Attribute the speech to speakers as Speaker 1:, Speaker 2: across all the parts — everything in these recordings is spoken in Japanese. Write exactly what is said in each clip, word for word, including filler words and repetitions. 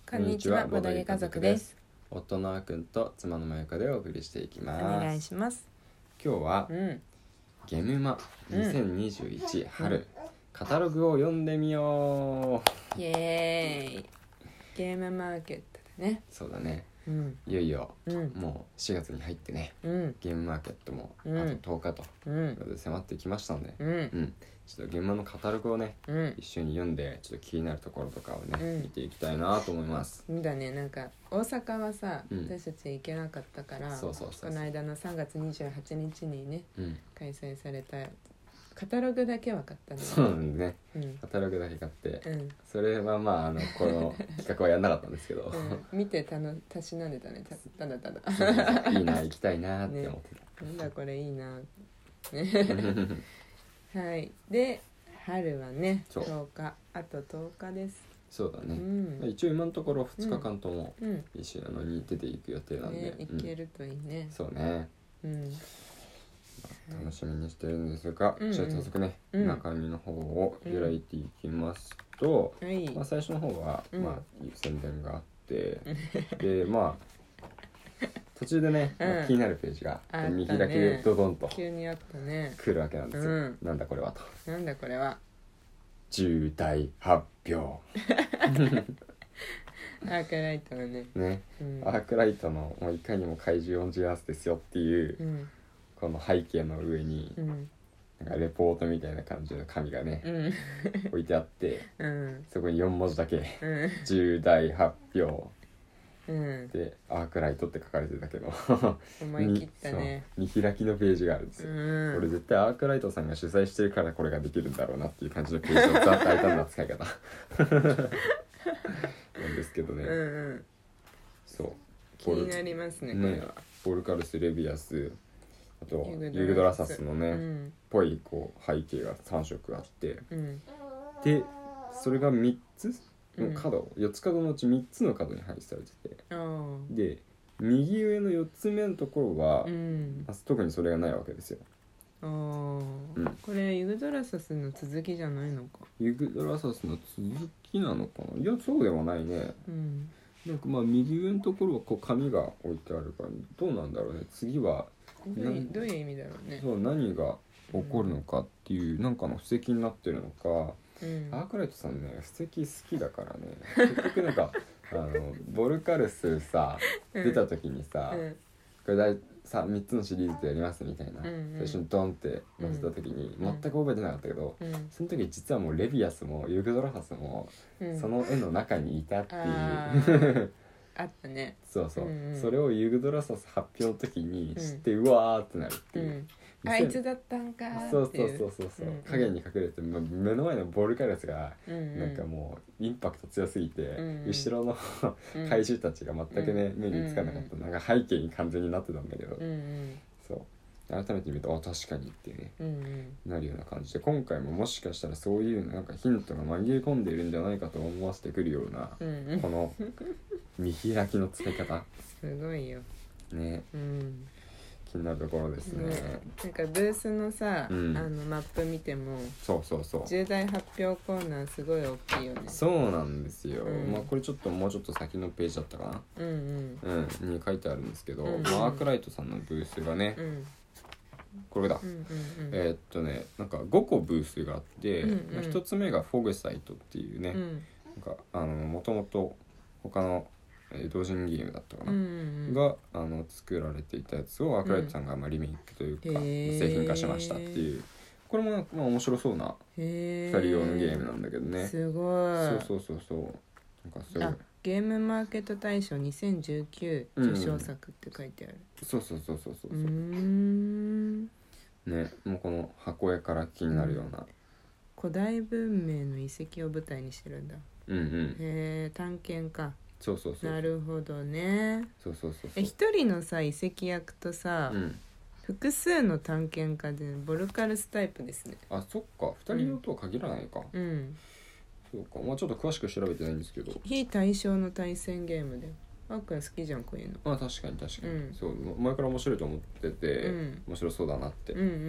Speaker 1: こんにちは、ボドゲ家族です。
Speaker 2: 夫のあくんと妻のまゆかでお送りしていきます。
Speaker 1: お願いします。
Speaker 2: 今日は、
Speaker 1: うん、
Speaker 2: ゲムマにせんにじゅういち春、うん、カタログを読んでみよ
Speaker 1: う。イエーイ。ゲームマーケットだね。
Speaker 2: そうだね。
Speaker 1: うん、
Speaker 2: いよいよ、
Speaker 1: うん、
Speaker 2: もうしがつに入ってね、
Speaker 1: うん、
Speaker 2: ゲームマーケットもあととおかと、うん、迫ってきましたので、
Speaker 1: うんうん、
Speaker 2: ちょっと現場のカタログをね、うん、一緒に読んでちょっと気になるところとかをね、うん、見ていきたいなと思います。
Speaker 1: そうだね。なんか大阪はさ、うん、私たち行けなかったから、そうそうそうそう、この間のさんがつにじゅうはちにちにね、うん、開催されたカタログだけは買ったね。
Speaker 2: そうなんでね、うん、カタログだけ買って、うん、それはまああのこの企画はやんなかったんですけど、
Speaker 1: うん、見てたのたしなんでたね、ただただ
Speaker 2: いいな、行きたいなって思ってた、
Speaker 1: ね、なんだこれいいなはい。で春はねとおか、あととおかです。
Speaker 2: そうだね、うん、一応今のところふつかかんとも一緒なのに出ていく予定なんで、ね、
Speaker 1: 行けるといいね、
Speaker 2: うん、そうね、うん、楽しみにしてるんですが、
Speaker 1: うんうん、
Speaker 2: じゃあ早速ね、うん、中身の方を開いていきますと、うん、まあ、最初の方は、うん、まあ、宣伝があってでまあ途中でね、まあ、気になるページが、うん、見開きでドドンと
Speaker 1: 急にあったね
Speaker 2: 来るわけなんですよ、うん、なんだこれはと、
Speaker 1: なんだこれは
Speaker 2: 重大発表
Speaker 1: アークライトのね
Speaker 2: ね、うん、アークライトのもういかにも怪獣オンジュアースですよっていう、うん、この背景の上に、うん、なんかレポートみたいな感じの紙がね、うん、置いてあって、うん、そこによんもじだけ、うん、重大発表、うん、でアークライトって書かれてたけど
Speaker 1: 思い切ったね、
Speaker 2: 見開きのページがあるんですよ、うん、これ絶対アークライトさんが主催してるからこれができるんだろうなっていう感じのページをざっと開いたんだ使い方なんですけどね、うんうん、そう
Speaker 1: 気になりますね、これは、ね、
Speaker 2: ポルカルス・レビアス、あとユグドラサスのね、うん、ぽいこう背景がさんしょくあって、うん、でそれがみっつの角、うん、よっつ角のうちみっつの角に配置されてて、で右上のよっつめのところは、うん、特にそれがないわけですよ。
Speaker 1: あ、うん、これユグドラサスの続きじゃないのか。
Speaker 2: ユグドラサスの続きなのかな。いやそうではないね、うん、なんかまあ右上のところはこう紙が置いてあるからどうなんだろうね。次は
Speaker 1: どういう、どういう意味だろうね。
Speaker 2: そう、何が起こるのかっていう、うん、なんかの布石になってるのか、うん、アークライトさんね布石好きだからね結局なんかあのボルカルスさ出た時にさ、うん、これだいさみっつのシリーズでやりますみたいな、うんうん、最初にドンって載せた時に、うん、全く覚えてなかったけど、うん、その時実はもうレビアスもユグドラサスも、うん、その絵の中にいたっていう
Speaker 1: あったね。
Speaker 2: そうそう、うんうん、それをユグドラサス発表の時に知って、うん、うわーってなるっていう、
Speaker 1: うん、あいつだったんかーっていう。
Speaker 2: そうそうそうそうそう、うんうん、影に隠れて目の前のボルカルスがなんかもうインパクト強すぎて、うんうん、後ろの怪獣たちが全くね、うん、目につかなかった、なんか背景に完全になってたんだけど、うんうん、そう改めて見るとあ確かにってね、うんうん、なるような感じで、今回ももしかしたらそういうなんかヒントが紛れ込んでいるんじゃないかと思わせてくるような、うんうん、この見開きの使い方
Speaker 1: すごいよ
Speaker 2: ね、うん、気になるところですね、ね、
Speaker 1: なんかブースのさ、うん、あのマップ見ても
Speaker 2: そうそうそう
Speaker 1: 重大発表コーナーすごい大きいよね。
Speaker 2: そうなんですよ、うん、まあこれちょっともうちょっと先のページだったかな、うんうん、うん、に書いてあるんですけど、うんうん、まあ、アークライトさんのブースがね、うん、これだ、うんうんうん、えー、っとねなんかごこブースがあって、うんうん、まあ、ひとつめがフォグサイトっていうね、うん、なんかあのもともと他の同人ゲームだったかな、うんうん、があの作られていたやつをアークライトさんがまあリメイクというか、うん、製品化しましたっていう、これもなんかまあ面白そうなふたり用のゲームなんだけどね。
Speaker 1: すごい。
Speaker 2: そうそうそうそう。なんかすごい。
Speaker 1: ゲームマーケット大賞にせんじゅうきゅう受賞作って書いてある、
Speaker 2: うん、そうそうそうそうそうそう。うーんね、もうこの箱絵から気になるような、うん、
Speaker 1: 古代文明の遺跡を舞台にしてるんだ。
Speaker 2: うんうん。
Speaker 1: へえ、探検か。
Speaker 2: そうそうそう。
Speaker 1: なるほどね。
Speaker 2: そうそうそうそう。
Speaker 1: え、一人のさ遺跡役とさ、うん、複数の探検家でボルカルスタイプですね。
Speaker 2: あ、そっか、ふたり用とは限らないか。うん。そうか、まあちょっと詳しく調べてないんですけど。
Speaker 1: 非対称の対戦ゲームで。 あっくん好きじゃんこういうの。
Speaker 2: あ確かに確かに、
Speaker 1: うん、
Speaker 2: そう前から面白いと思ってて、うん、面白そうだなって、
Speaker 1: うんうんうん、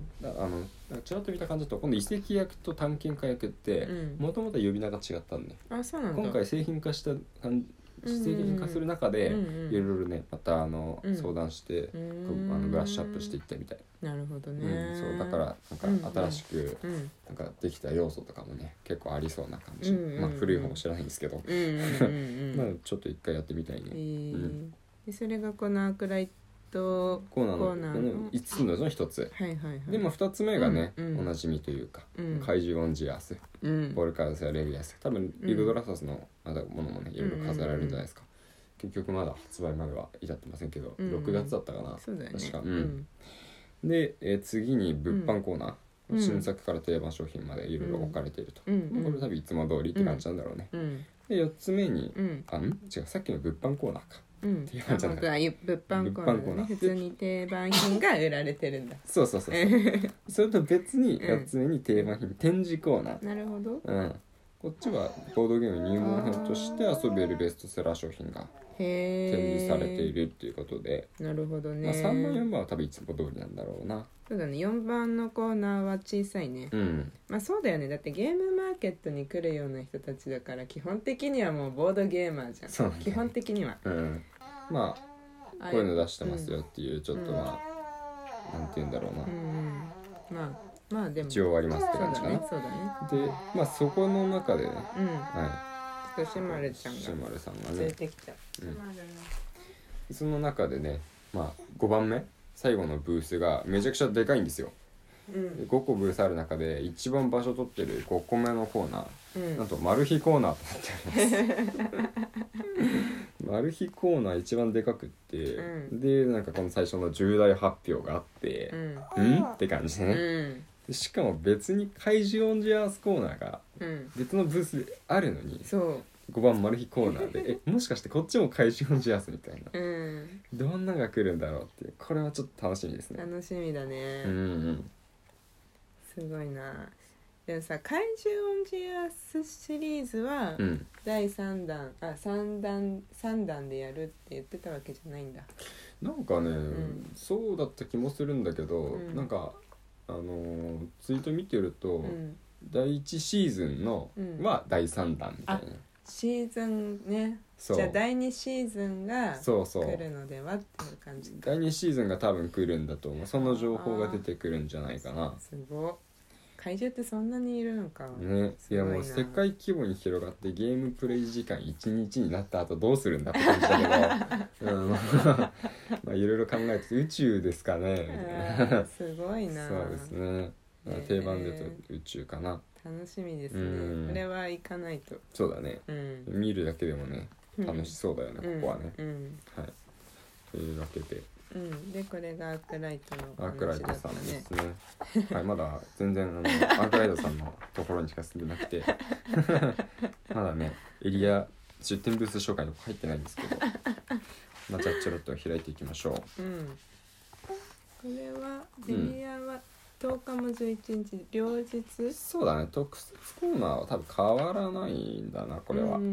Speaker 2: だあのちらっと見た感じだと今度遺跡役と探検家役ってもともと呼び名が違ったんで、
Speaker 1: あそうなんだ。
Speaker 2: 今回製品化した製品化する中でいろいろねまたあの、うん、相談して、うん、あのブラッシュアップしていったみたい。
Speaker 1: なるほどね、
Speaker 2: うん、そうだからなんか新しくなんかできた要素とかもね結構ありそうな感じ、うんうん、まあ古い方も知らないんですけど、うんうんうん、まあちょっと一回やってみたいね、えーうん、
Speaker 1: でそれがこのアークライト
Speaker 2: コーナー の, コーナーのいつつのうちのひとつ、はいはいはい、でもふたつめがね、うんうん、おなじみというか、うん、怪獣オンジアース、うん、ボルカウスやレビアス、多分リグドラサスのまだものもねいろいろ飾られるんじゃないですか、うんうんうん、結局まだ発売までは至ってませんけど、うんうん、ろくがつだったかな、
Speaker 1: そうだよね、
Speaker 2: 確か、うんうん、で、えー、次に物販コーナー、うん、新作から定番商品までいろいろ置かれていると、うん、これ多分いつも通りって感じなんだろうね、うん、でよっつめに、うん、あん違うさっきの物販コーナーか、うん、っていう感じなんだ。物
Speaker 1: 販コーナー、ね、普通に定番品が売られてるんだ。
Speaker 2: そうそうそうそうそれと別によっつめに定番品、うん、展示コーナー。
Speaker 1: なるほど、
Speaker 2: うん、こっちはボードゲーム入門編として遊べるベストセラー商品が展示されているっていうことで、
Speaker 1: なるほどね、
Speaker 2: まあ、さんばんよんばんは多分いつも通りなんだろうな。
Speaker 1: そうだね、よんばんのコーナーは小さいね、うん、まあそうだよね、だってゲームマーケットに来るような人たちだから基本的にはもうボードゲーマーじゃん、そう、ね、基本的には、うん、
Speaker 2: まあこういうの出してますよっていう、うん、ちょっとまあ、うん、なんて言うんだろうな、うん、
Speaker 1: まあまあでも
Speaker 2: 一応ありますって感じかな。
Speaker 1: そうだね、
Speaker 2: そうだね。でまあそこの中でね、うん、
Speaker 1: はい、シマルちゃんが
Speaker 2: シマルさんがね
Speaker 1: 連れてきた、うん、
Speaker 2: その中でね、まあごばんめ最後のブースがめちゃくちゃでかいんですよ、うん、ごこブースある中で一番場所取ってるごこめのコーナー、うん、なんとマル秘コーナーとなっておりますマル秘コーナー一番でかくって、うん、でなんかこの最初の重大発表があって、うん、んって感じでね、うんでしかも別に怪獣オンジアースコーナーが別のブースであるのに、うん、そうごばんマル秘コーナーでえもしかしてこっちも怪獣オンジアースみたいな、うん、どんなが来るんだろうっていう、これはちょっと楽しみですね。
Speaker 1: 楽しみだね、
Speaker 2: うんうん、
Speaker 1: すごいな。でもさ怪獣オンジアースシリーズはだいさんだん、あさんだんさんだんでやるって言ってたわけじゃないんだ。
Speaker 2: なんかね、うん、そうだった気もするんだけど、うん、なんかあのー、ツイート見てると、うん、だいいちシーズンの、うん、はだいさんだんみたいな、
Speaker 1: シーズンね、じゃあだいにシーズンが来るのではっていう感じか。
Speaker 2: だいにシーズンが多分来るんだと思う。その情報が出てくるんじゃないかな。
Speaker 1: すごい。怪獣ってそんなにいるのか
Speaker 2: ね。いやもう世界規模に広がってゲームプレイ時間いちにちになった後どうするんだって感じだけど、うん、まあいろいろ考えて宇宙ですかねみたいな。
Speaker 1: すごいな。
Speaker 2: そうですね、定番でと宇宙かな。
Speaker 1: 楽しみですね、うん、これは行かないと。
Speaker 2: そうだね、うん、見るだけでもね楽しそうだよね、うん、ここはね、うん、はい、というわけで、
Speaker 1: うん、でこれがアークライトの
Speaker 2: 話だったね。アークライトさんですねはい、まだ全然あのアークライトさんのところにしか住んでなくてまだねエリア出店ブース紹介とか入ってないんですけどまあじゃあちょろっと開いていきましょう、うん、
Speaker 1: これはエリアは、うんとおかもじゅういちにち両日。
Speaker 2: そうだね、特設コーナーは多分変わらないんだなこれは、うん、うん、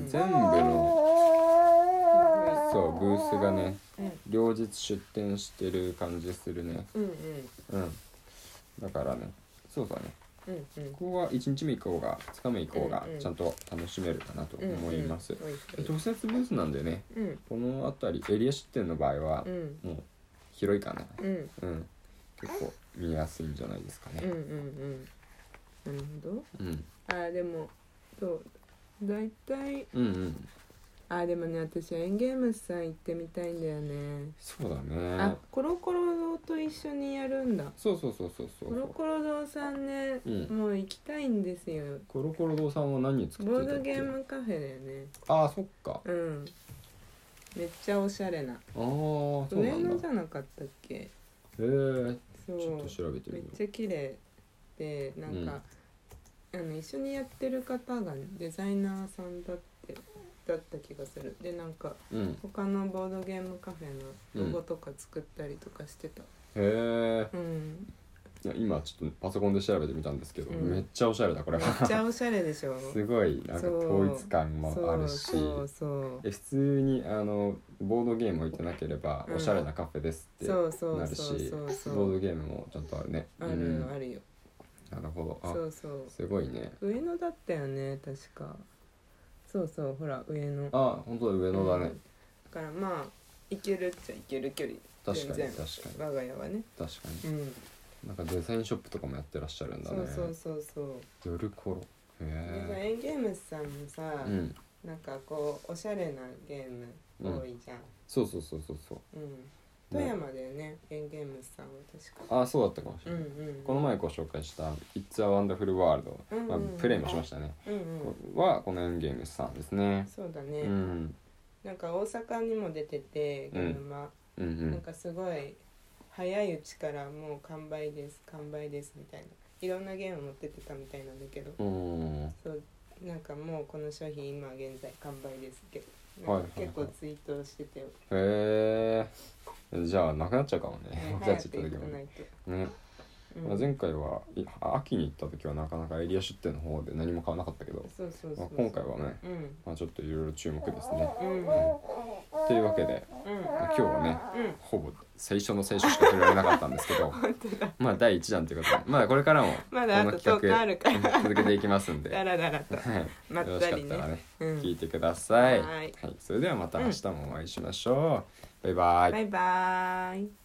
Speaker 2: 全部のそうブースがね、うん、両日出店してる感じするね、うんうん、うん、だからねそうだね、うんうん、ここはいちにちめ以降がふつかめ以降がちゃんと楽しめるかなと思います、うんうん、特設ブースなんでね、うん、この辺りエリア出店の場合は、うん、もう広いかな、うんうん、結構見やすいんじゃないですかね。うんうんうん。
Speaker 1: なるほど。うん。あでもそうだいたい。うんうん。あでもね私はエンゲームさん行ってみたいんだよね。
Speaker 2: そうだね。
Speaker 1: あコロコロ堂と一緒にやるんだ。
Speaker 2: そうそうそうそうそう。
Speaker 1: コロコロ堂さんね、うん、もう行きたいんですよ。
Speaker 2: コロコロ堂さんは何作ってたっけ？
Speaker 1: ボードゲームカフェだよね。
Speaker 2: あそっか。
Speaker 1: うん。めっちゃおしゃれな。ああそうなんだ。上野じゃなかったっけ？へ
Speaker 2: え。そうちょっと調べてみよう。
Speaker 1: めっちゃ綺麗でなんか、うん、あの一緒にやってる方がデザイナーさんだってだった気がする。でなんか、うん、他のボードゲームカフェのロゴとか作ったりとかしてた。
Speaker 2: うん、へえ。
Speaker 1: うん。
Speaker 2: いや今ちょっとパソコンで調べてみたんですけど、うん、めっちゃおしゃれだこれは。
Speaker 1: めっちゃおしゃれでしょ
Speaker 2: すごいなんか統一感もあるし、そうそうえ普通にあのボードゲーム置いてなければ、うん、おしゃれなカフェですってなるし、ボードゲームもちゃんとあるね。
Speaker 1: あるよ、うん、あるよ。
Speaker 2: なるほど。あ、
Speaker 1: そうそう
Speaker 2: すごいね。
Speaker 1: 上野だったよね確か。そうそうほら上野。
Speaker 2: あ本当だ上野だね、うん、
Speaker 1: だからまあ行けるっちゃ行ける距離。
Speaker 2: 確かに確かに
Speaker 1: 我が家はね。
Speaker 2: 確かに、うん、なんかデザインショップとかもやってらっしゃるんだね。
Speaker 1: そうそうそうそう
Speaker 2: 夜コロへ
Speaker 1: え。エンゲームスさんもさ、うん、なんかこうおしゃれなゲーム多いじゃん、うん、
Speaker 2: そうそうそうそうそう、
Speaker 1: うん、富山だよね、エンゲームスさんは確か。
Speaker 2: あそうだったかもしれない、うんうんうん、この前ご紹介した「It's a Wonderful World」うんうん、まあ、プレイもしましたね、うんうん、はこのエンゲームスさんですね。
Speaker 1: そうだね、うん、なんか大阪にも出ててゲームマ、うんうんうん、なんかすごい早いうちからもう完売です完売ですみたいな、いろんなゲーム持ってってたみたいなんだけど、うんそうなんかもうこの商品今現在完売ですけど、なんか結構ツイートしてて、はいはいはい、
Speaker 2: へえ。じゃあなくなっちゃうかもね。
Speaker 1: ね早く行かないとね。
Speaker 2: うんまあ、前回は秋に行った時はなかなかエリア出店の方で何も買わなかったけど、
Speaker 1: そうそうそうそう、
Speaker 2: まあ、今回はね、うんまあ、ちょっといろいろ注目ですね、うんうん、というわけで、うんまあ、今日はね、うん、ほぼ最初の最初しか触れられなかったんですけどまあだいいちだんということで、まあこれからもこの企画続けていきますんで
Speaker 1: だらだらと、はい、まったりね、よろしかったらね、うん、聞いてください。はい、はい、それではまた明日もお会いしましょう、うん、バイバイ
Speaker 2: バイバイ。